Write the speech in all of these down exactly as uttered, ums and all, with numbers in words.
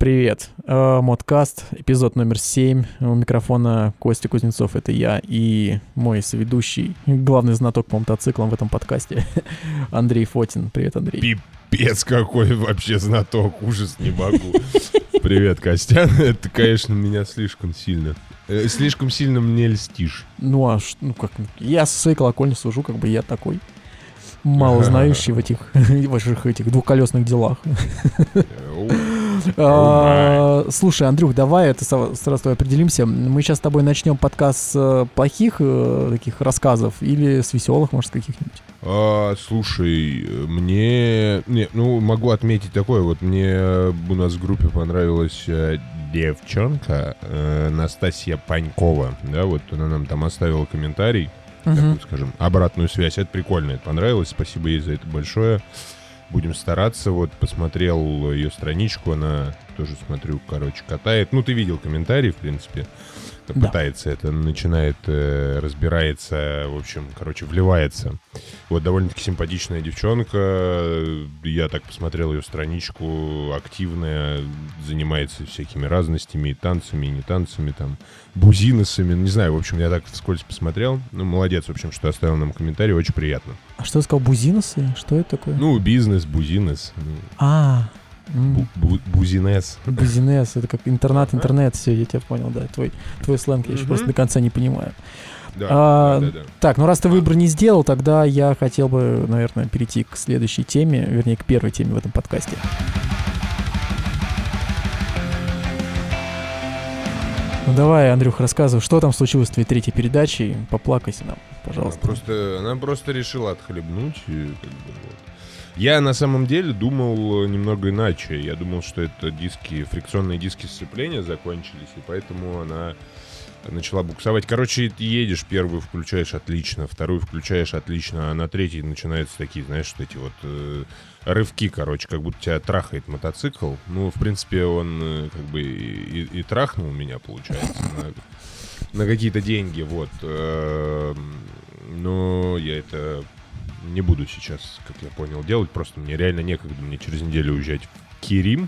Привет. Модкаст, эпизод номер семь. У микрофона Костя Кузнецов, это я, и мой соведущий, главный знаток по мотоциклам в этом подкасте, Андрей Фотин. Привет, Андрей. Пипец какой вообще знаток, ужас, не могу. Привет, Костян. Это, конечно, меня слишком сильно... Э, слишком сильно мне льстишь. Ну, а ш, ну как, я со своей колокольни сужу, как бы я такой мало знающий в этих, ваших этих двухколесных делах. А, слушай, Андрюх, давай это сразу определимся. Мы сейчас с тобой начнем подкаст с плохих э, таких рассказов или с веселых, может, каких-нибудь? А, слушай, мне... Не, ну, могу отметить такое. Вот мне у нас в группе понравилась девчонка э, Настасья Панькова. Да, вот она нам там оставила комментарий, uh-huh. такую, скажем, обратную связь. Это прикольно, это понравилось. Спасибо ей за это большое. Будем стараться. Вот посмотрел ее страничку, она тоже, смотрю, короче, катает. Ну, ты видел комментарий, в принципе. Да. Пытается это, начинает, э, разбирается, в общем, короче, вливается. Вот довольно-таки симпатичная девчонка. Я так посмотрел ее страничку, активная, занимается всякими разностями, и танцами, и не танцами, там, бузиносами. Не знаю, в общем, я так вскользь посмотрел. Ну, молодец, в общем, что оставил нам комментарий, очень приятно. А что ты сказал, бузиносы? Что это такое? Ну, бизнес, бузинос. А, Бу- бу- бузинес. Бузинес, это как интернат, интернет, все, я тебя понял, да, твой, твой сленг я еще mm-hmm. просто до конца не понимаю. Да, а, да, да, да. Так, ну раз ты выбор не сделал, тогда я хотел бы, наверное, перейти к следующей теме, вернее, к первой теме в этом подкасте. Ну давай, Андрюх, рассказывай, что там случилось с твоей третьей передачей, поплакайся нам, пожалуйста. Она просто, она просто решила отхлебнуть, и, как бы, вот. Я на самом деле думал немного иначе. Я думал, что это диски, фрикционные диски сцепления закончились, и поэтому она начала буксовать. Короче, ты едешь, первую включаешь отлично, вторую включаешь отлично, а на третьей начинаются такие, знаешь, вот эти вот э, рывки, короче, как будто тебя трахает мотоцикл. Ну, в принципе, он э, как бы и, и, и трахнул меня, получается, на, на какие-то деньги, вот. Э, но я это... не буду сейчас, как я понял, делать. Просто мне реально некогда. Мне через неделю уезжать в Кирим.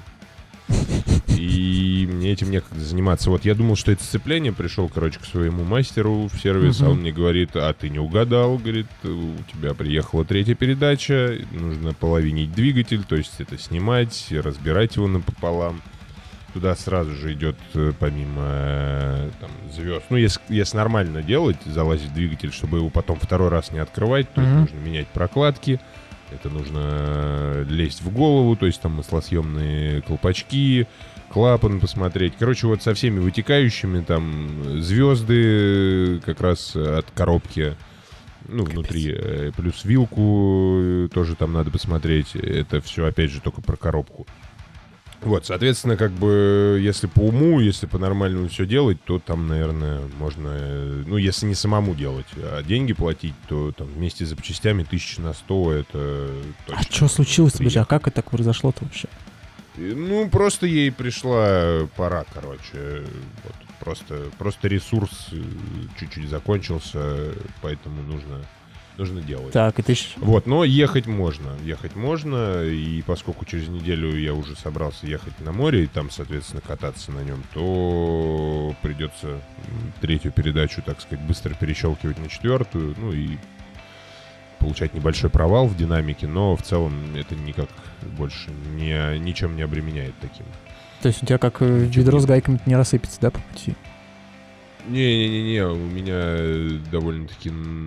И мне этим некогда заниматься. Вот я думал, что это сцепление. Пришел, короче, к своему мастеру в сервис. Uh-huh. А он мне говорит: а ты не угадал. Говорит, у тебя приехала третья передача. Нужно половинить двигатель. То есть это снимать, разбирать его напополам. Туда сразу же идет, помимо там, звезд. Ну, если, если нормально делать, залазить в двигатель, чтобы его потом второй раз не открывать, то mm-hmm. нужно менять прокладки, это нужно лезть в голову, то есть там маслосъемные колпачки, клапан посмотреть. Короче, вот со всеми вытекающими, там, звезды как раз от коробки, ну, внутри, плюс вилку тоже там надо посмотреть. Это все, опять же, только про коробку. Вот, соответственно, как бы, если по уму, если по-нормальному все делать, то там, наверное, можно, ну, если не самому делать, а деньги платить, то там вместе с запчастями тысячи на сто, это точно. А что случилось, тебе? А как это так произошло-то вообще? И, ну, просто ей пришла пора, короче, вот, просто, просто ресурс чуть-чуть закончился, поэтому нужно... нужно делать. Так, это еще... Вот, но ехать можно, ехать можно, и поскольку через неделю я уже собрался ехать на море и там, соответственно, кататься на нем, то придется третью передачу, так сказать, быстро перещелкивать на четвертую, ну и получать небольшой провал в динамике, но в целом это никак больше не, ничем не обременяет таким. То есть у тебя как ведро с гайками не рассыпется, да, по пути? Не-не-не, у меня довольно-таки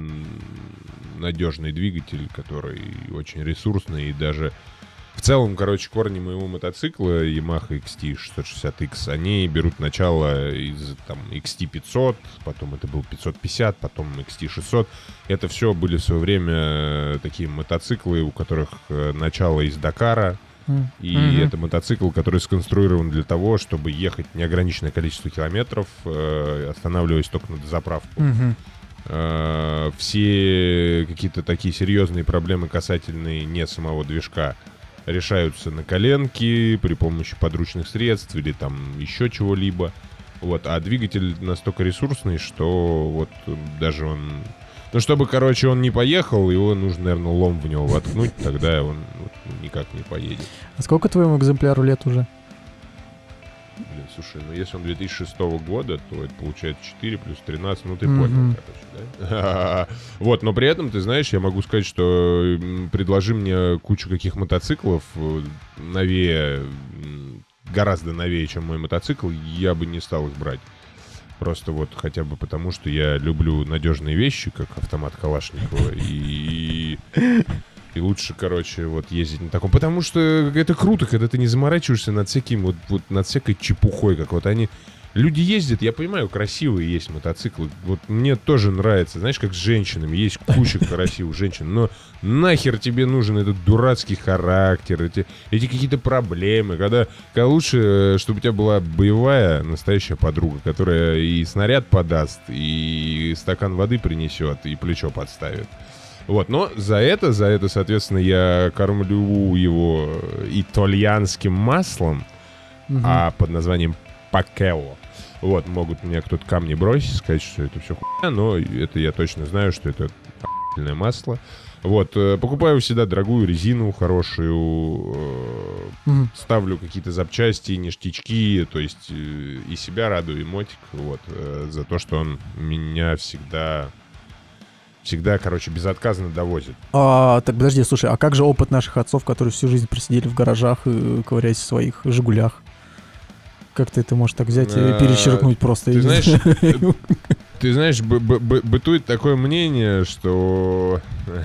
надежный двигатель, который очень ресурсный, и даже в целом, короче, корни моего мотоцикла Yamaha икс ти шестьсот шестьдесят икс, они берут начало из там икс ти пятьсот, потом это был пятьсот пятьдесят, потом икс ти шестьсот. Это все были в свое время такие мотоциклы, у которых начало из Дакара. И mm-hmm. это мотоцикл, который сконструирован для того, чтобы ехать неограниченное количество километров, э, останавливаясь только на дозаправку. Mm-hmm. Э, все какие-то такие серьезные проблемы касательные не самого движка решаются на коленке при помощи подручных средств или там еще чего-либо. Вот. А двигатель настолько ресурсный, что вот даже он... Ну, чтобы, короче, он не поехал, его нужно, наверное, лом в него воткнуть, тогда он вот, никак не поедет. А сколько твоему экземпляру лет уже? Слушай, ну если он две тысячи шестого года, то это получается четыре плюс тринадцать, ну ты Мгм. понял, короче, да? Вот, но при этом, ты знаешь, я могу сказать, что м, предложи мне кучу каких мотоциклов э, новее, м, гораздо новее, чем мой мотоцикл, я бы не стал их брать. Просто вот хотя бы потому, что я люблю надежные вещи, как автомат Калашникова, и... И лучше, короче, вот ездить на таком. Потому что это круто, когда ты не заморачиваешься над всяким, вот, вот над всякой чепухой, как вот они... Люди ездят, я понимаю, красивые есть мотоциклы. Вот мне тоже нравится. Знаешь, как с женщинами. Есть куча красивых женщин. Но нахер тебе нужен этот дурацкий характер, эти, эти какие-то проблемы. Когда, когда лучше, чтобы у тебя была боевая настоящая подруга, которая и снаряд подаст, и стакан воды принесет, и плечо подставит. Вот, но за это, за это, соответственно, я кормлю его итальянским маслом, Мгм. а под названием Пакео. Вот, могут мне кто-то камни бросить, сказать, что это все хуйня, но это я точно знаю, что это охуительное масло. Вот, э, покупаю всегда дорогую резину, хорошую, э, Мгм. ставлю какие-то запчасти, ништячки, то есть э, и себя радую, и мотик, вот, э, за то, что он меня всегда... Всегда, короче, безотказно довозит. А, так, подожди, слушай, а как же опыт наших отцов, которые всю жизнь просидели в гаражах и ковыряясь в своих «Жигулях»? Как ты это можешь так взять и А, перечеркнуть просто? Ты я не знаешь, знаю. ты знаешь, б- б- б- бытует такое мнение, что...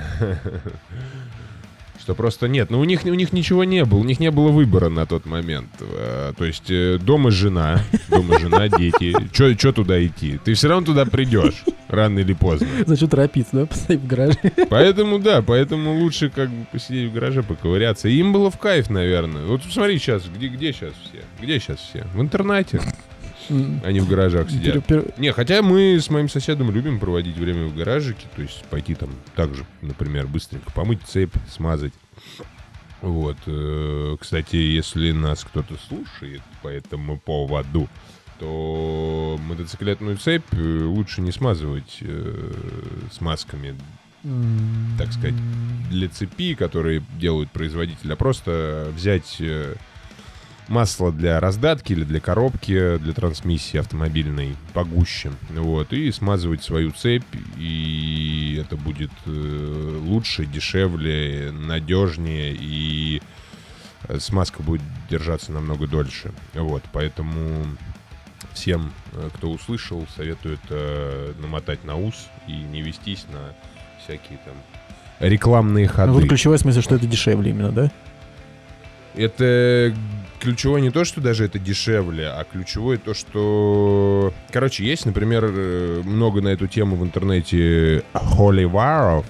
Что просто нет. Ну, у них, у них ничего не было. У них не было выбора на тот момент. А, То есть э, дома жена, дома жена, дети. Че туда идти? Ты все равно туда придешь, рано или поздно. Зачем торопиться, да, поставить в гараже? Поэтому, да, поэтому лучше как бы посидеть в гараже, поковыряться. И им было в кайф, наверное. Вот смотри сейчас, где, где сейчас все? Где сейчас все? В интернете. М, Они в гаражах сидят. пер- пер- Не, хотя мы с моим соседом любим проводить время в гаражике, то есть пойти там также, например, быстренько помыть цепь, смазать. Вот. э, Кстати, если нас кто-то слушает по этому поводу, то мотоциклетную цепь э, лучше не смазывать э, смазками, м, так сказать, для цепи, которые делают производители, а просто взять э, масло для раздатки или для коробки, для трансмиссии автомобильной погуще, вот, и смазывать свою цепь, и это будет э, лучше, дешевле, надежнее, и э, смазка будет держаться намного дольше, вот, поэтому всем, э, кто услышал, советую это намотать на ус и не вестись на всякие там рекламные Ну, ходы. вот ключевой смысл, что это дешевле именно, да? Это ключевое не то, что даже это дешевле, а ключевое то, что... Короче, есть, например, э, много на эту тему в интернете холиваров,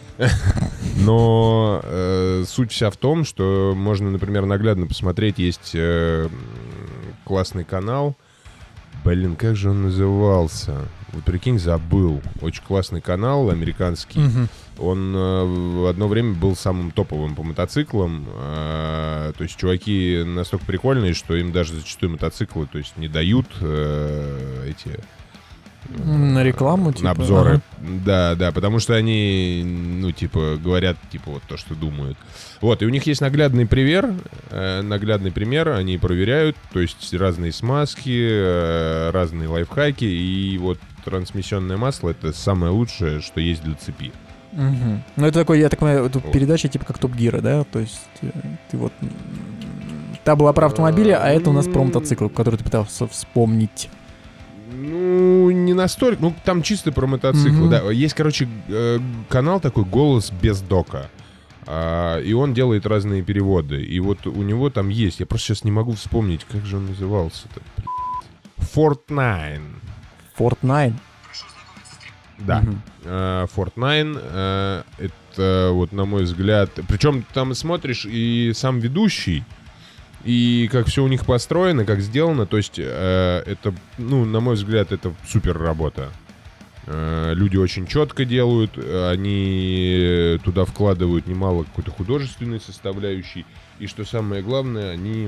но э, суть вся в том, что можно, например, наглядно посмотреть, есть э, классный канал, блин, как же он назывался? Вот прикинь, забыл. Очень классный канал, американский. Мгм. Он э, в одно время был самым топовым по мотоциклам. Э, то есть чуваки настолько прикольные, что им даже зачастую мотоциклы, то есть не дают э, эти... э, На рекламу, типа? На обзоры. Ага. Да, да, потому что они, ну, типа, говорят, типа, вот то, что думают. Вот, и у них есть наглядный пример, э, наглядный пример, они проверяют, то есть разные смазки, э, разные лайфхаки, и вот трансмиссионное масло — это самое лучшее, что есть для цепи. Мгм. Ну, это такой, я так понимаю, это Вот. передача типа как Топ Гира, да? То есть э, ты вот... м, Та была про автомобили, а это у нас про мотоцикл, который ты пытался вспомнить. Ну, не настолько. Ну, там чисто про мотоцикл. Мгм. Да. Есть, короче, э, канал такой «Голос без дока». А, и он делает разные переводы. И вот у него там есть. Я просто сейчас не могу вспомнить, как же он назывался-то. Fortnite. Fortnite. Да. Мгм. Э, Fortnite. э, Это, вот, на мой взгляд... Причем там смотришь и сам ведущий, и как все у них построено, как сделано. То есть э, это, ну, на мой взгляд, это супер работа. Э, люди очень четко делают, они туда вкладывают немало какой-то художественной составляющей. И что самое главное, они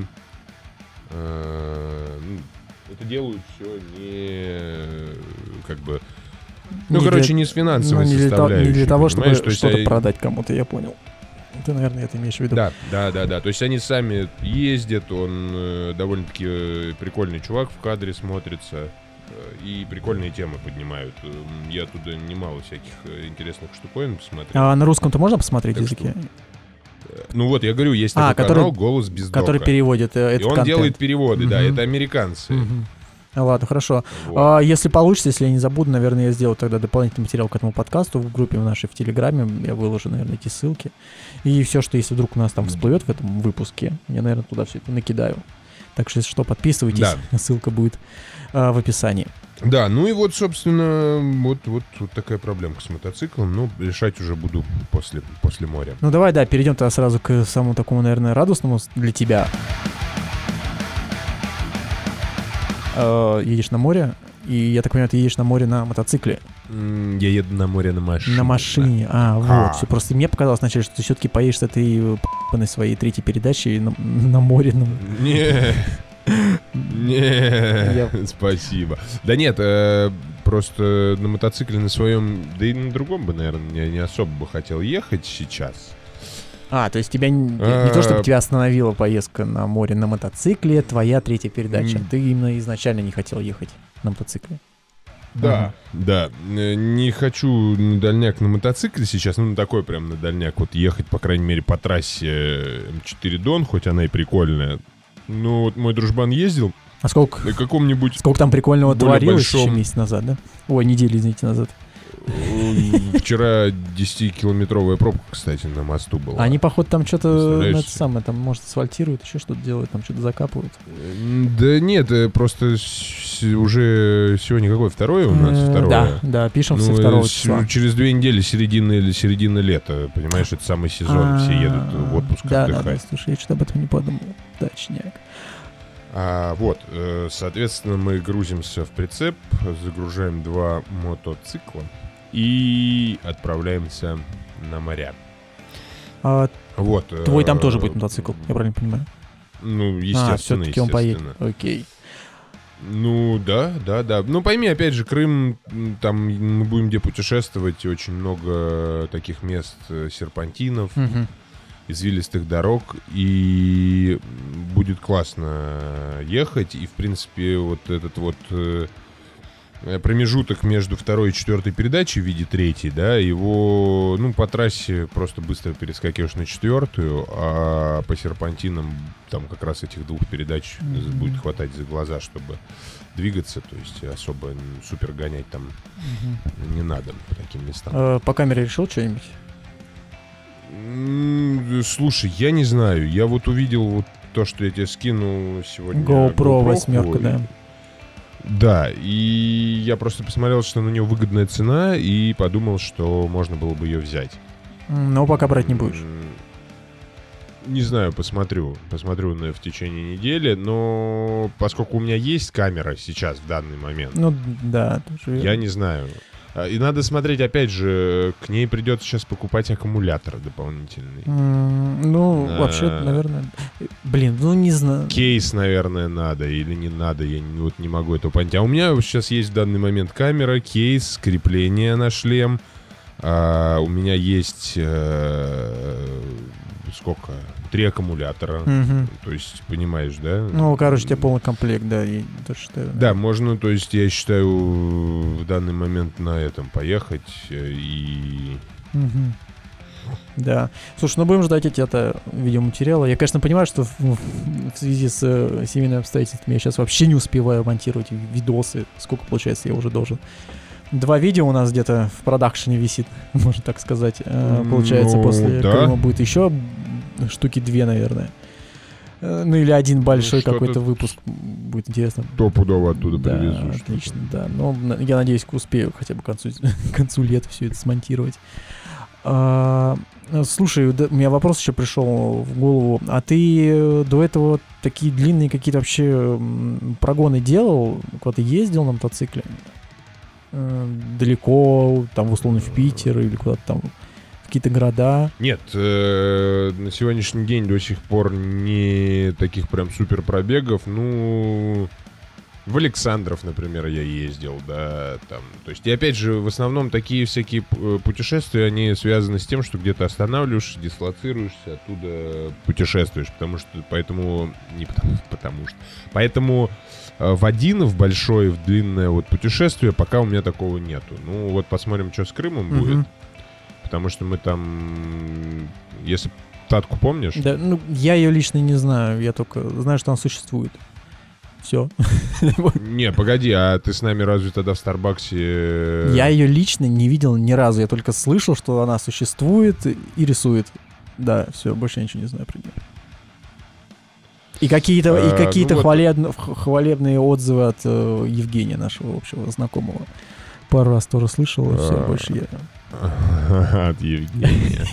э, ну, это делают все не как бы... Ну, Не короче, для- не с финансовой Ну, не для, то- составляющей. не для того, чтобы понимаешь? То есть, что-то э, продать кому-то, я понял. Ты, наверное, это имеешь в виду. Да, да, да, да. То есть они сами ездят, он э, довольно-таки э, прикольный чувак, в кадре смотрится. И прикольные темы поднимают. Я оттуда немало всяких интересных штуковин посмотрел. А на русском-то можно посмотреть так языки? Что... Ну вот, я говорю, есть а, такой который, канал «Голос без дока». Который переводит э, этот И он контент. делает переводы, угу. да, это американцы. Угу. Ладно, хорошо. Вот. А, если получится, если я не забуду, наверное, я сделаю тогда дополнительный материал к этому подкасту в группе в нашей в Телеграме. Я выложу, наверное, эти ссылки. И все, что если вдруг у нас там всплывет в этом выпуске, я, наверное, туда все это накидаю. Так что, если что, подписывайтесь. Да. Ссылка будет а, в описании. Да, ну и вот, собственно, вот, вот, вот такая проблемка с мотоциклом. Ну, решать уже буду после, после моря. Ну давай, да, перейдем тогда сразу к самому такому, наверное, радостному для тебя. Э, едешь на море, и, я так понимаю, ты едешь на море на мотоцикле. Я еду на море на машине. На машине, а, вот. А. Все, просто мне показалось вначале, что ты все-таки поедешь с этой п***ной своей третьей передачей на, на море. На... Не, не, спасибо. Да нет, э, просто на мотоцикле на своем, да и на другом бы, наверное, не, не особо бы хотел ехать сейчас. А, то есть тебя не, не то, чтобы тебя остановила поездка на море на мотоцикле, твоя третья передача. Ты именно изначально не хотел ехать на мотоцикле. Да, uh-huh. да. Не хочу на дальняк на мотоцикле сейчас, ну, на такой прям на дальняк вот ехать, по крайней мере, по трассе эм четыре Дон, хоть она и прикольная. Ну, вот мой дружбан ездил. А сколько, на каком-нибудь сколько там прикольного творилось большом... еще месяц назад, да? Ой, неделю, извините, назад. Вчера десятикилометровая пробка, кстати, на мосту была. Они, походу, там что-то на это самое, там, может, асфальтируют, еще что-то делают, там что-то закапывают. Да нет, просто уже сегодня какое? Второе у нас? Второе. Да, да, пишем со второго числа. Через две недели середина или середина лета, понимаешь, это самый сезон, все едут в отпуск отдыхать. Да, да, слушай, я что-то об этом не подумал. Точняк. А, вот, соответственно, мы грузимся в прицеп, загружаем два мотоцикла и отправляемся на моря. А, вот. Твой там тоже будет мотоцикл, я правильно понимаю? Ну, естественно, а, все-таки он поедет. Окей. Ну, да, да, да. Ну, пойми, опять же, Крым, там мы будем где путешествовать, очень много таких мест, серпантинов, угу. извилистых дорог, и будет классно ехать, и, в принципе, вот этот вот промежуток между второй и четвертой передачей в виде третьей, да, его, ну, по трассе просто быстро перескакиваешь на четвертую, а по серпантинам там как раз этих двух передач mm-hmm. будет хватать за глаза, чтобы двигаться, то есть особо супер гонять там mm-hmm. не надо по таким местам. А, по камере решил что-нибудь? Слушай, я не знаю, я вот увидел вот то, что я тебе скинул сегодня. GoPro восьмерка, да. Да, и я просто посмотрел, что на нее выгодная цена, и подумал, что можно было бы ее взять. Но пока брать не будешь. Не знаю, посмотрю. Посмотрю на, в течение недели, но поскольку у меня есть камера сейчас, в данный момент, ну да, тоже я не знаю. И надо смотреть, опять же, к ней придется сейчас покупать аккумулятор дополнительный. Mm, ну, а, вообще, наверное... Блин, ну не знаю. Кейс, наверное, надо или не надо, я не, вот не могу этого понять. А у меня сейчас есть в данный момент камера, кейс, крепление на шлем. А, у меня есть... Э, сколько? Три аккумулятора. Mm-hmm. То есть, понимаешь, да? Ну, короче, у тебя полный комплект, да, я тоже считаю. Да, можно, то есть, я считаю, в данный момент на этом поехать и... Mm-hmm. Да. Слушай, ну будем ждать эти это видеоматериалы. Я, конечно, понимаю, что в, в связи с э, семейными обстоятельствами я сейчас вообще не успеваю монтировать видосы. Сколько, получается, я уже должен... Два видео у нас где-то в продакшене висит, можно так сказать. Mm, получается, ну, после да. Крыма будет еще штуки две, наверное. Ну или один большой ну, какой-то выпуск. Будет интересно. Стопудово оттуда да, привезу. Отлично, да. Но я надеюсь, успею хотя бы к концу, к концу лета все это смонтировать. А, слушай, у меня вопрос еще пришел в голову. А ты до этого такие длинные какие-то вообще прогоны делал? Куда-то ездил на мотоцикле? Далеко, там, условно, в Питер или куда-то там, в какие-то города? Нет, э, на сегодняшний день до сих пор не таких прям супер пробегов. Ну, В Александров, например, я ездил, да, там, то есть, и опять же, в основном такие всякие путешествия, они связаны с тем, что где-то останавливаешься, дислоцируешься, оттуда путешествуешь, потому что, поэтому, не потому, потому что, поэтому в один, в большое, в длинное вот путешествие пока у меня такого нету. Ну, вот посмотрим, что с Крымом mm-hmm. будет, потому что мы там, если Татку помнишь? Да, ну, я ее лично не знаю, я только знаю, что она существует. Все. Не, погоди, а ты с нами разве тогда в Старбаксе... Я ее лично не видел ни разу, я только слышал, что она существует и рисует. Да, все, больше я ничего не знаю про нее. И какие-то, а, и какие-то ну хвалеб... вот... хвалебные отзывы от э, Евгения, нашего общего знакомого. Пару раз тоже слышал, и все, больше я... От Евгения.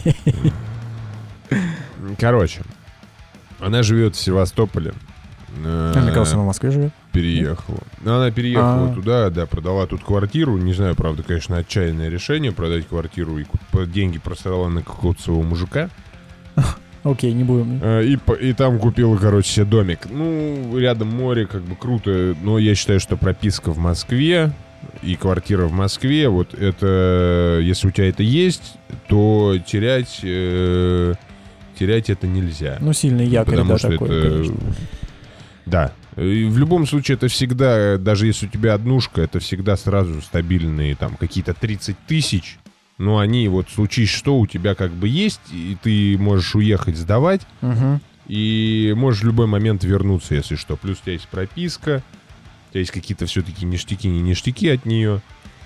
Короче, она живет в Севастополе. А, мне кажется, она в Москве живет. Переехала. Она переехала А-а-а. туда, да, продала тут квартиру. Не знаю, правда, конечно, отчаянное решение продать квартиру и деньги просрала на какого-то своего мужика. Окей, не будем. И, и там купила, короче, себе домик. Ну, рядом море, как бы круто. Но я считаю, что прописка в Москве и квартира в Москве, вот это, если у тебя это есть, то терять, э, терять это нельзя. Ну, сильный якорь, потому да, что такой, это, конечно. Да. И в любом случае это всегда, даже если у тебя однушка, это всегда сразу стабильные там какие-то тридцать тысяч. Но они вот случись что, у тебя как бы есть, и ты можешь уехать сдавать, угу. и можешь в любой момент вернуться, если что. Плюс у тебя есть прописка, у тебя есть какие-то все-таки ништяки, не ништяки от нее.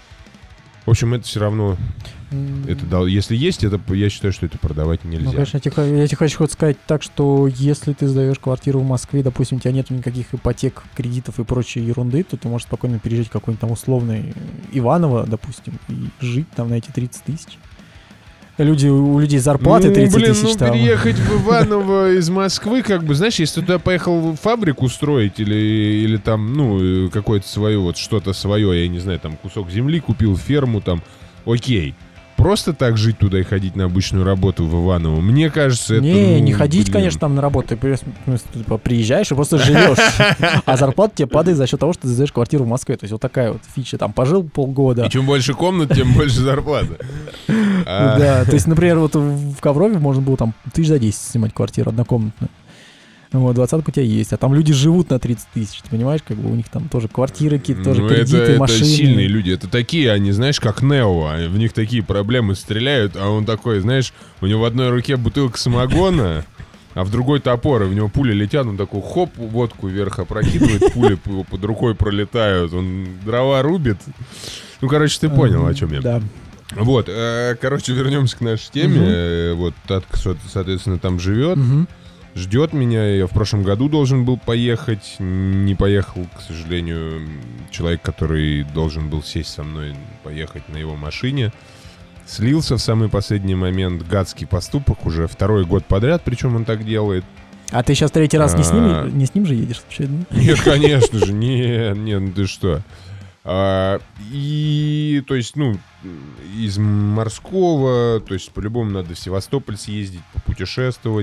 В общем, это все равно... Это, да, если есть, это, я считаю, что это продавать нельзя. Ну, конечно, я тебе, я тебе хочу сказать так, что если ты сдаешь квартиру в Москве, допустим, у тебя нет никаких ипотек, кредитов и прочей ерунды, то ты можешь спокойно переезжать в какой-нибудь там условный Иваново, допустим, и жить там на эти тридцать тысяч. Люди, у людей зарплаты тридцать ну, блин, тысяч ну, там. переехать в Иваново из Москвы, как бы, знаешь, если ты туда поехал фабрику строить или, или там, ну, какое-то свое, вот что-то свое, я не знаю, там, кусок земли купил, ферму там, окей. Просто так жить туда и ходить на обычную работу в Иваново, мне кажется, это... Не, ну, не ходить, блин. конечно, там на работу. Ты приезжаешь и просто живешь. А зарплата тебе падает за счет того, что ты сдаешь квартиру в Москве. То есть вот такая вот фича. Там пожил полгода. И чем больше комнат, тем больше зарплата. Да, то есть, например, вот в Коврове можно было там тысяч за десять снимать квартиру однокомнатную. Вот, двадцатка у тебя есть, а там люди живут на тридцать тысяч, ты понимаешь, как бы у них там тоже квартиры какие-то, тоже ну, кредиты, это, машины. Это сильные люди, это такие, они, знаешь, как Нео, в них такие проблемы стреляют, а он такой, знаешь, у него в одной руке бутылка самогона, а в другой топор, и в него пули летят, он такой хоп, водку вверх опрокидывает, пули под рукой пролетают, он дрова рубит. Ну, короче, ты понял, о чем я. Да. Вот, короче, вернемся к нашей теме. Вот Татка, соответственно, там живет. Ждет меня, я в прошлом году должен был поехать, не поехал, к сожалению, человек, который должен был сесть со мной, поехать на его машине, слился в самый последний момент, гадский поступок, уже второй год подряд, причем он так делает. А ты сейчас третий раз не с ним, не с ним же едешь, случайно? Нет, конечно же, нет, нет, ну ты что. А, и, то есть, ну, из Морского, то есть, по-любому надо в Севастополь съездить, попутешествовать.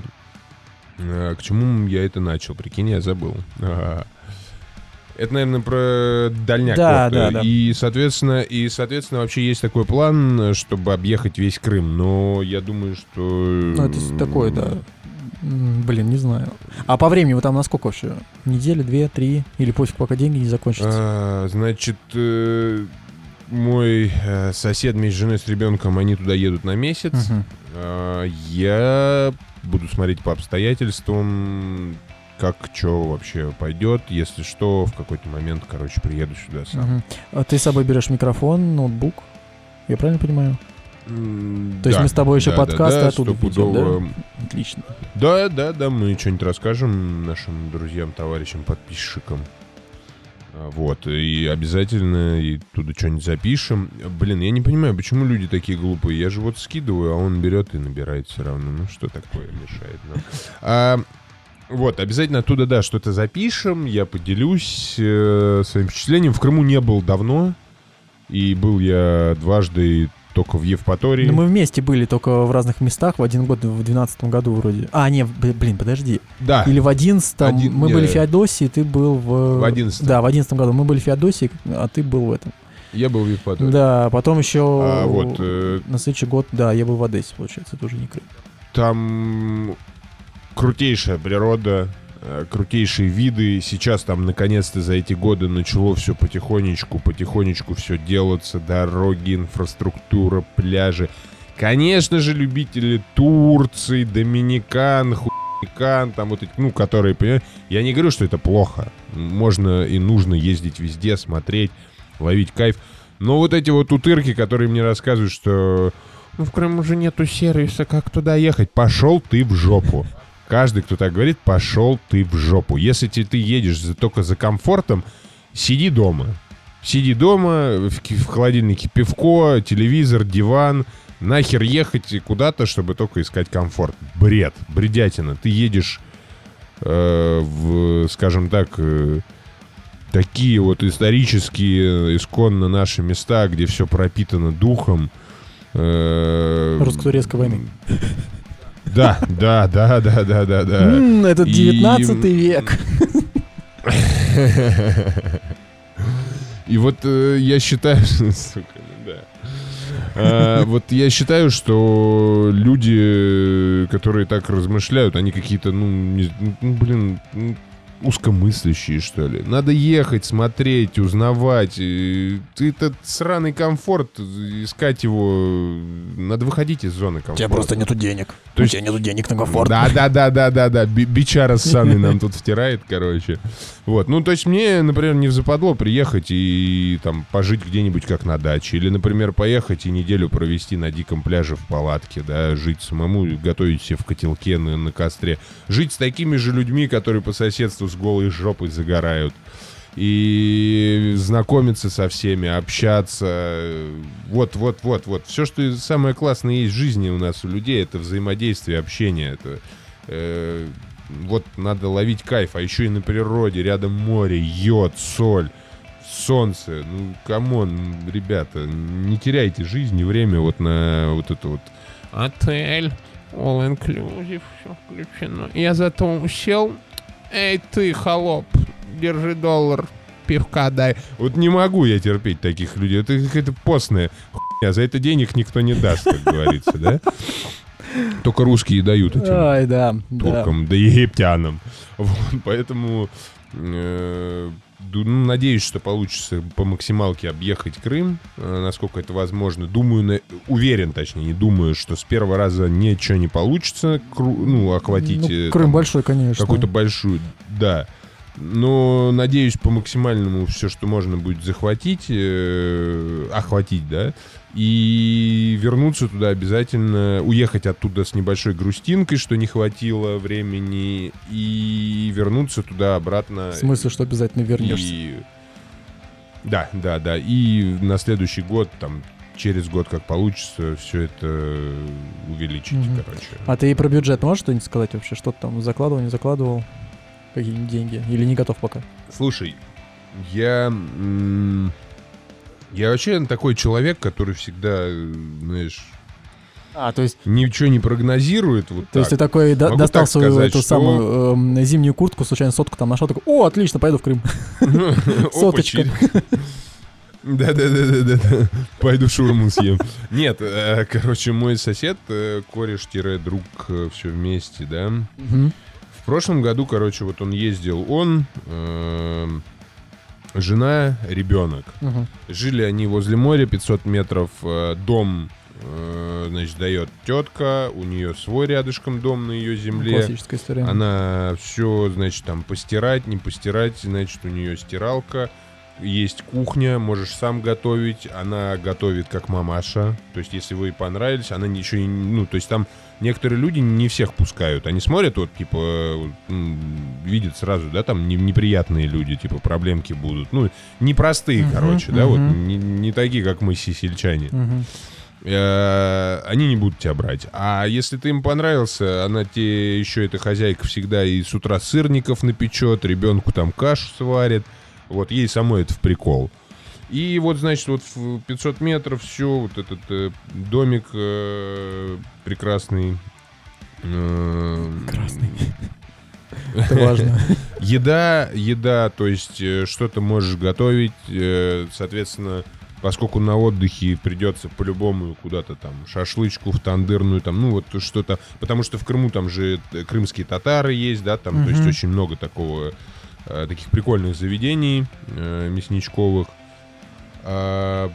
К чему я это начал? Прикинь, я забыл. Ага. Это, наверное, про дальняк. Да, вот. да, да. И, соответственно, и, соответственно, вообще есть такой план, чтобы объехать весь Крым. Но я думаю, что... Ну, это такое, да. Блин, не знаю. А по времени вы там на сколько вообще? Недели, две, три? Или пофиг, пока деньги не закончатся? А, значит, э, мой э, сосед вместе с женой, с ребенком, они туда едут на месяц. Угу. А, я... буду смотреть по обстоятельствам, как что вообще пойдет. Если что, в какой-то момент, короче, приеду сюда сам. Uh-huh. А ты с собой берешь микрофон, ноутбук? Я правильно понимаю? Mm, То есть да, мы с тобой еще да, подкасты да, да, оттуда ведем, да? Отлично. Да, да, да, мы что-нибудь расскажем нашим друзьям, товарищам, подписчикам. Вот, и обязательно и туда что-нибудь запишем. Блин, я не понимаю, почему люди такие глупые. Я же вот скидываю, а он берет и набирает все равно. Ну, что такое мешает нам? А, вот, обязательно оттуда, да, что-то запишем. Я поделюсь э, своим впечатлением. В Крыму не был давно. И был я дважды только в Евпатории. Но мы вместе были, только в разных местах. В один год, в двенадцатом году вроде. А, не, блин, подожди. Да. Или в одиннадцатом. Один- Мы не. были в Феодосии, ты был в... В одиннадцатом. Да, в одиннадцатом году. Мы были в Феодосии, а ты был в этом. Я был в Евпатории. Да, потом еще А вот, э, на следующий год, да, я был в Одессе, получается, это уже не Крым. Там крутейшая природа, э, крутейшие виды. Сейчас там наконец-то за эти годы начало все потихонечку, потихонечку все делаться. Дороги, инфраструктура, пляжи. Конечно же, любители Турции, Доминикан, хуйкан, там вот эти, ну, которые, понимаешь, я не говорю, что это плохо. Можно и нужно ездить везде, смотреть, ловить кайф. Но вот эти вот утырки, которые мне рассказывают, что ну в Крыму уже нету сервиса, как туда ехать. Пошел ты в жопу. Каждый, кто так говорит, пошел ты в жопу. Если ты, ты едешь за, только за комфортом, сиди дома. Сиди дома, в, в холодильнике пивко, телевизор, диван. Нахер ехать куда-то, чтобы только искать комфорт. Бред, бредятина. Ты едешь э, в, скажем так... Э, такие вот исторические, исконно наши места, где все пропитано духом. Э, Русско-турецкой войны. Да, да, да, да, да, да, да. М, Это И- девятнадцатый век. И вот э, я считаю, сука, ну да. А, вот я считаю, что люди, которые так размышляют, они какие-то, ну, не- ну, блин, ну, узкомыслящие, что ли. Надо ехать, смотреть, узнавать. И ты этот сраный комфорт, искать его... Надо выходить из зоны комфорта. нету денег. То есть- У тебя нету денег на комфорт. Да, да, да, да, да, да. Би- Бичара ссаный нам тут втирает, короче. Вот. Ну, то есть мне, например, не взападло приехать и там пожить где-нибудь как на даче. Или, например, поехать и неделю провести на диком пляже в палатке, да, жить самому, готовить себе в котелке на, на костре. Жить с такими же людьми, которые по соседству с голой жопой загорают. И знакомиться со всеми, общаться. Вот, вот, вот, вот. Все, что самое классное есть в жизни у нас, у людей, это взаимодействие, общение. Это, э, вот надо ловить кайф. А еще и на природе, рядом море, йод, соль, солнце. Ну, камон, ребята, не теряйте жизнь и время вот на вот это вот. Отель, all inclusive, все включено. Я зато сел. Эй, ты, холоп, держи доллар, пивка дай. Вот не могу я терпеть таких людей. Это какая-то постная хуйня. За это денег никто не даст, как говорится, да? Только русские дают этим Ай, да. да. туркам, да египтянам. Вот, поэтому э, ду- ну, надеюсь, что получится по максималке объехать Крым, э, насколько это возможно. Думаю, на- уверен, точнее, не думаю, что с первого раза ничего не получится, кру- ну, охватить Ну, э, Крым там большой, конечно. какую-то большую, да. Но надеюсь, по максимальному все, что можно будет захватить, э, охватить, да, и вернуться туда обязательно, уехать оттуда с небольшой грустинкой, что не хватило времени, и вернуться туда обратно. В смысле, что обязательно вернешься? И... Да, да, да. И на следующий год, там, через год, как получится, все это увеличить, Мгм. короче. А ты про бюджет можешь что-нибудь сказать вообще? Что ты там закладывал, не закладывал? Какие-нибудь деньги? Или не готов пока? Слушай, я... м, Я вообще такой человек, который всегда, э, знаешь, А, то есть, ничего не прогнозирует. Вот то так. есть ты такой до- Могу достал так свою сказать, эту что- самую эм, зимнюю куртку, случайно сотку там нашел, такой, о, отлично, поеду в Крым. Соточка. Опачки. Да-да-да-да-да. Пойду шаурму съем. Нет, э, короче, мой сосед, э, кореш-друг, все вместе, да. Мгм. В прошлом году, короче, вот он ездил, он, э, жена, ребенок. Мгм. Жили они возле моря, пятьсот метров, э, дом, э, значит, дает тетка, у нее свой рядышком дом на ее земле. Классическая история. Она все, значит, там постирать, не постирать, значит, у нее стиралка, есть кухня, можешь сам готовить, она готовит как мамаша, то есть если вы ей понравились, она ничего не, ну, то есть там некоторые люди не всех пускают, они смотрят, вот, типа, м, видят сразу, да, там не- неприятные люди, типа, проблемки будут, ну, непростые, Мгм, короче, да, вот, мгм. не, не такие, как мы, сисельчане. Мгм. Э, они не будут тебя брать. А если ты им понравился, она тебе еще, эта хозяйка, всегда и с утра сырников напечет, ребенку там кашу сварит. Вот ей самой это в прикол. И вот, значит, вот в пятьсот метров все, вот этот э, домик э, прекрасный. э, Красный. Это важно. Еда, еда, то есть э, что ты можешь готовить, э, соответственно, поскольку на отдыхе придется по-любому куда-то там шашлычку в тандырную, там, ну вот что-то, потому что в Крыму там же крымские татары есть, да, там, mm-hmm. то есть очень много такого, э, таких прикольных заведений э, мясничковых. А,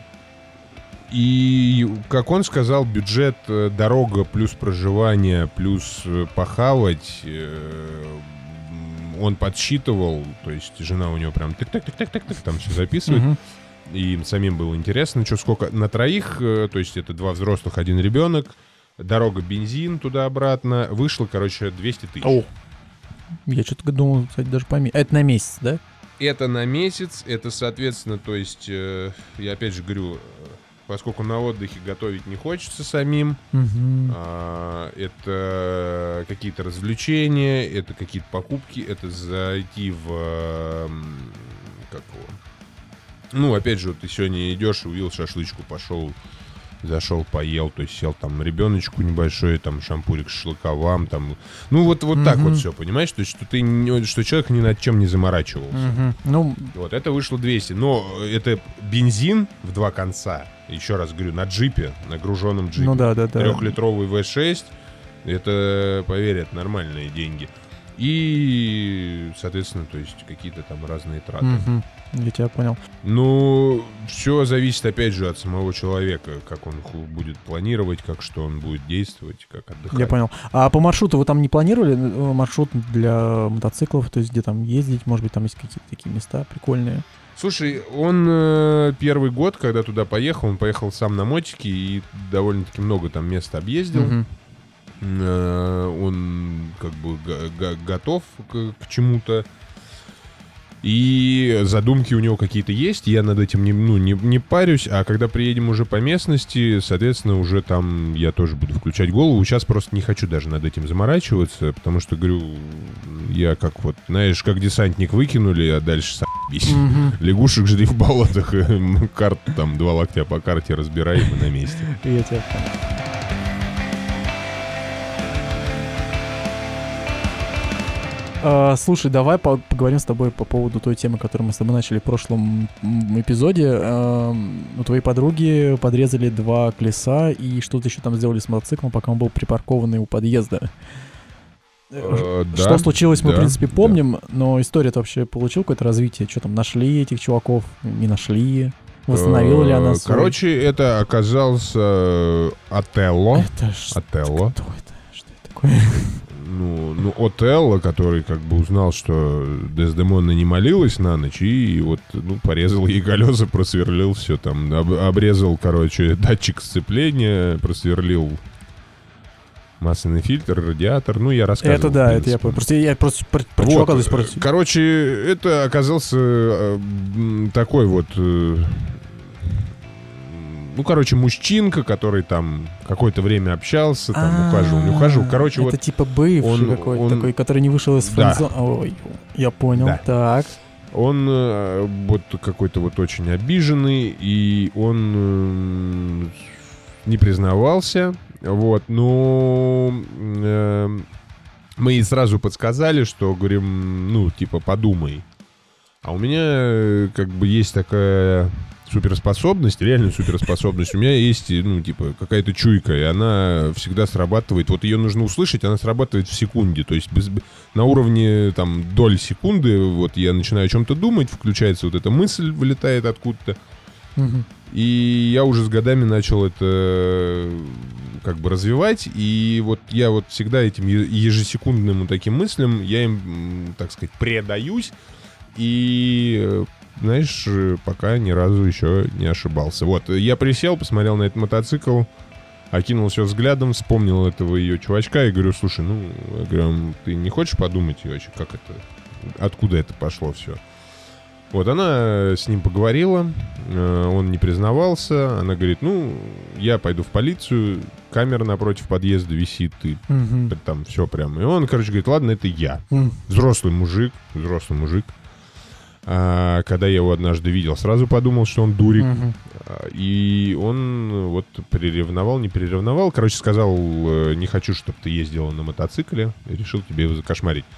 и, как он сказал, бюджет э, дорога плюс проживание плюс э, похавать, э, он подсчитывал, то есть жена у него прям так-так-так-так-так там все записывает. Mm-hmm. И им самим было интересно, что сколько на троих, то есть это два взрослых, один ребенок, дорога, бензин туда-обратно, вышло, короче, двести тысяч. О, я что-то думал, кстати, даже поменьше. Это на месяц, да? Это на месяц, это, соответственно, то есть, э, я опять же говорю, поскольку на отдыхе готовить не хочется самим, угу. а, это какие-то развлечения, это какие-то покупки, это зайти в... Как его? Ну, опять же, ты сегодня идешь, увидел шашлычку, пошел, зашел, поел, то есть сел там ребеночку небольшой, там шампурик шашлыка вам, там, ну вот, вот mm-hmm. так вот все, понимаешь, то есть что ты не, что человек ни над чем не заморачивался. Mm-hmm. Ну, вот это вышло двести, но это бензин в два конца, еще раз говорю, на джипе, на груженном джипе, ну, да, да, да. трехлитровый вэ шесть, это, поверь, это нормальные деньги. И, соответственно, то есть какие-то там разные траты. Mm-hmm. Я тебя понял. Ну, все зависит, опять же, от самого человека, как он будет планировать, как что он будет действовать, как отдыхать. Я понял. А по маршруту вы там не планировали маршрут для мотоциклов, то есть где там ездить, может быть, там есть какие-то такие места прикольные? Слушай, он э, первый год, когда туда поехал, он поехал сам на мотике и довольно-таки много там мест объездил. Mm-hmm. Э, он как бы г- г- готов к, к чему-то. И задумки у него какие-то есть, я над этим не, ну, не, не парюсь, а когда приедем уже по местности, соответственно, уже там я тоже буду включать голову. Сейчас просто не хочу даже над этим заморачиваться, потому что, говорю, я как вот, знаешь, как десантник выкинули, а дальше сам***ись. Mm-hmm. Лягушек жри в болотах, карту там, два локтя по карте разбираем и на месте. Я тебя понял. Uh, слушай, давай по- поговорим с тобой по поводу той темы, которую мы с тобой начали в прошлом эпизоде. Uh, у твоей подруги подрезали два колеса и что-то еще там сделали с мотоциклом, пока он был припаркованный у подъезда. Uh, что да, случилось, мы, да, в принципе, помним, да. Но история-то вообще получила какое-то развитие? Что там, нашли этих чуваков, не нашли? Восстановила uh, ли она свой... Короче, это оказался Отелло. Это ж... Отелло. Кто это? Что это такое? Ну, ну, Отелло, который как бы узнал, что Дездемона не молилась на ночь, и вот, ну, порезал ей колеса, просверлил все там, об, обрезал, короче, датчик сцепления, просверлил масляный фильтр, радиатор, ну, я рассказывал. Это да, это я понял. Просто я просто про, про вот, чувака здесь просто... Короче, это оказался э, такой вот... Э, Ну, короче, мужчинка, который там какое-то время общался, там А-а-а, ухаживал, не ухаживал. Короче, это вот типа бывший он, какой-то он... такой, который не вышел из френдзоны. Да. Ой, я понял. Да. Так. Он э, вот какой-то вот очень обиженный, и он э, не признавался. Вот, но э, мы ей сразу подсказали, что, говорим, ну, типа, подумай. А у меня как бы есть такая... суперспособность, реально суперспособность. У меня есть, ну, типа, какая-то чуйка, и она всегда срабатывает. Вот ее нужно услышать, она срабатывает в секунде. То есть без, на уровне, там, доль секунды вот я начинаю о чем-то думать, включается вот эта мысль, вылетает откуда-то. Угу. И я уже с годами начал это как бы развивать. И вот я вот всегда этим ежесекундным таким мыслям, я им, так сказать, предаюсь. И... знаешь, пока ни разу еще не ошибался. Вот, я присел, посмотрел на этот мотоцикл, окинул все взглядом, вспомнил этого ее чувачка и говорю, слушай, ну, я говорю, ты не хочешь подумать вообще, как это, откуда это пошло все? Вот, она с ним поговорила, он не признавался, она говорит, ну, я пойду в полицию, камера напротив подъезда висит, и угу. там все прям. И он, короче, говорит, ладно, это я. Угу. Взрослый мужик, взрослый мужик. А, когда я его однажды видел, сразу подумал, что он дурик. Uh-huh. а, И он вот приревновал, не приревновал. Короче, сказал, не хочу, чтобы ты ездила на мотоцикле. И решил тебе его закошмарить.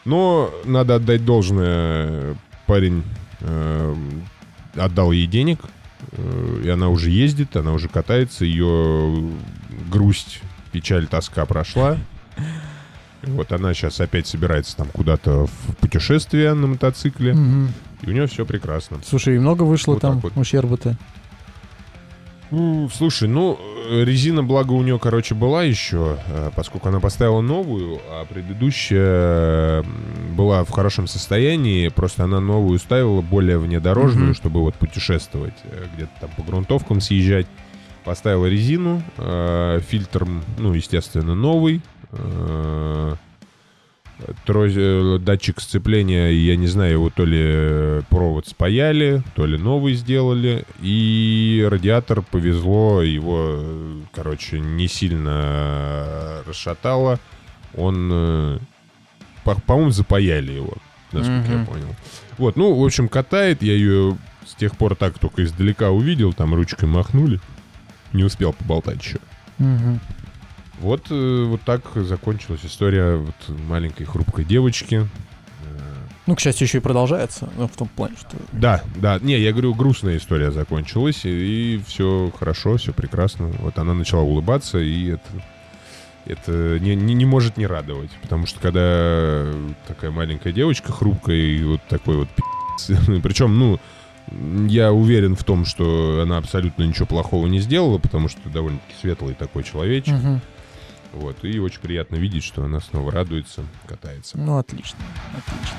Но надо отдать должное, парень э, отдал ей денег, э, и она уже ездит, она уже катается, ее грусть, печаль, тоска прошла. Вот она сейчас опять собирается там куда-то в путешествие на мотоцикле, Мгм. и у нее все прекрасно. Слушай, и много вышло Вот там так вот. ущерба-то? Ну, слушай, ну, э, резина, благо, у нее, короче, была еще, э, поскольку она поставила новую, а предыдущая м, была в хорошем состоянии, просто она новую ставила, более внедорожную, Мгм. чтобы вот путешествовать, э, где-то там по грунтовкам съезжать. Поставила резину, э, фильтр, м, ну, естественно, новый, э, Трос- э, датчик сцепления, я не знаю, его то ли провод спаяли, то ли новый сделали. И радиатор, повезло, его, э, короче, не сильно расшатало. Он, э, по- по-моему, запаяли его, насколько я Мгм. понял. Вот, ну, в общем, катает. Я ее с тех пор так только издалека увидел, там ручкой махнули. Не успел поболтать еще. Мгм. Вот, э, вот так закончилась история вот маленькой хрупкой девочки. Э, Ну, к счастью, еще и продолжается. Ну, в том плане, что... Да, да, не, я говорю, грустная история закончилась, и, все хорошо, все прекрасно. Вот она начала улыбаться, и это, это не, не, не может не радовать. Потому что когда такая маленькая девочка хрупкая и вот такой вот пи***ц, причем, ну, я уверен в том, что она абсолютно ничего плохого не сделала, потому что довольно-таки светлый такой человечек. Мгм. Вот, и очень приятно видеть, что она снова радуется, катается. Ну, отлично, отлично.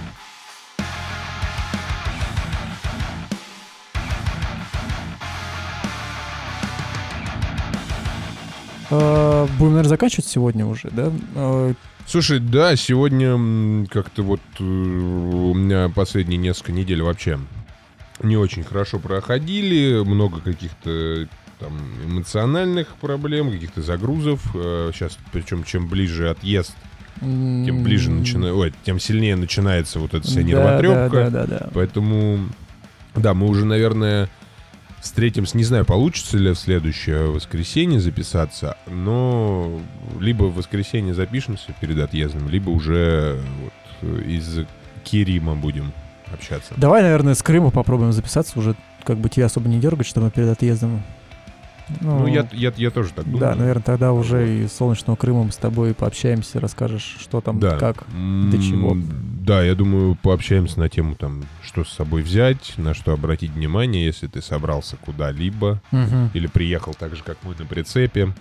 Э, Будем, наверное, заканчивать сегодня уже, да? Э, Слушай, да, сегодня м, как-то вот э, у меня последние несколько недель вообще не очень хорошо проходили, много каких-то там эмоциональных проблем, каких-то загрузов. Э, Сейчас, причем, чем ближе отъезд, тем ближе начинает, ой, тем сильнее начинается вот эта вся Да, нервотрепка. Да, да, да, да. Поэтому, да, мы уже, наверное, встретимся. Не знаю, получится ли в следующее воскресенье записаться, но либо в воскресенье запишемся перед отъездом, либо уже вот из Керима будем общаться. Давай, наверное, с Крыма попробуем записаться, уже как бы тебя особо не дергать, чтобы перед отъездом. Ну, я, я, я тоже так думаю. Да, наверное, тогда уже Вот. и из солнечного Крыма мы с тобой пообщаемся, расскажешь, что там, Да. как, М, до чего. Да, я думаю, пообщаемся на тему там, что с собой взять, на что обратить внимание, если ты собрался куда-либо. Мгм. Или приехал так же, как мы, на прицепе.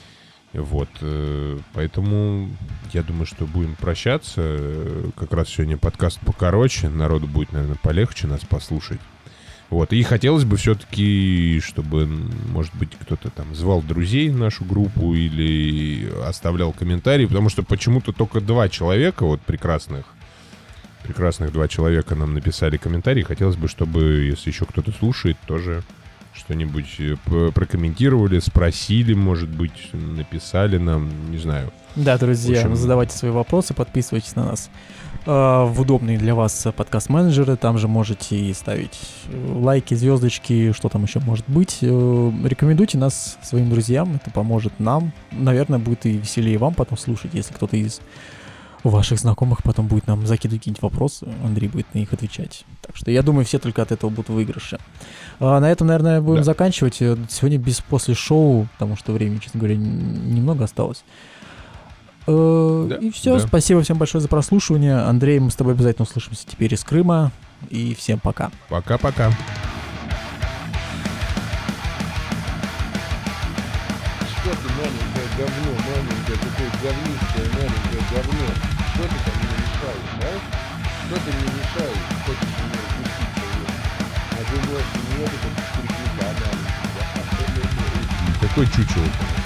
Вот. э, Поэтому я думаю, что будем прощаться. Э, Как раз сегодня подкаст покороче. Народу будет, наверное, полегче нас послушать. Вот. И хотелось бы все-таки, чтобы, м, может быть, кто-то там звал друзей в нашу группу или оставлял комментарии, потому что почему-то только два человека, вот прекрасных, прекрасных два человека нам написали комментарии. Хотелось бы, чтобы, если еще кто-то слушает, тоже что-нибудь э, п- прокомментировали, спросили, может быть, написали нам, не знаю. Да, друзья, В общем- задавайте свои вопросы, подписывайтесь на нас э, в удобные для вас подкаст-менеджеры. Там же можете и ставить э, лайки, звездочки, что там еще может быть. Э, Рекомендуйте нас своим друзьям, это поможет нам. Наверное, будет и веселее вам потом слушать, если кто-то из ваших знакомых потом будет нам закидывать какие-нибудь вопросы, Андрей будет на них отвечать. Так что я думаю, все только от этого будут в выигрыше. А на этом, наверное, будем Да. заканчивать. Э, Сегодня без после шоу, потому что времени, честно говоря, н- немного осталось. Э, Да, И все, да. спасибо всем большое за прослушивание. Андрей, мы с тобой обязательно услышимся теперь из Крыма. И всем пока. Пока-пока. Что ты, маленькое говно, маленькое такое говнистое, маленькое говно? Что ты там мне мешаешь, а? Что ты мне мешаешь? Хочешь меня вместиться? А думаешь, что нет, это прикольно, маленький, да? Какой чучело.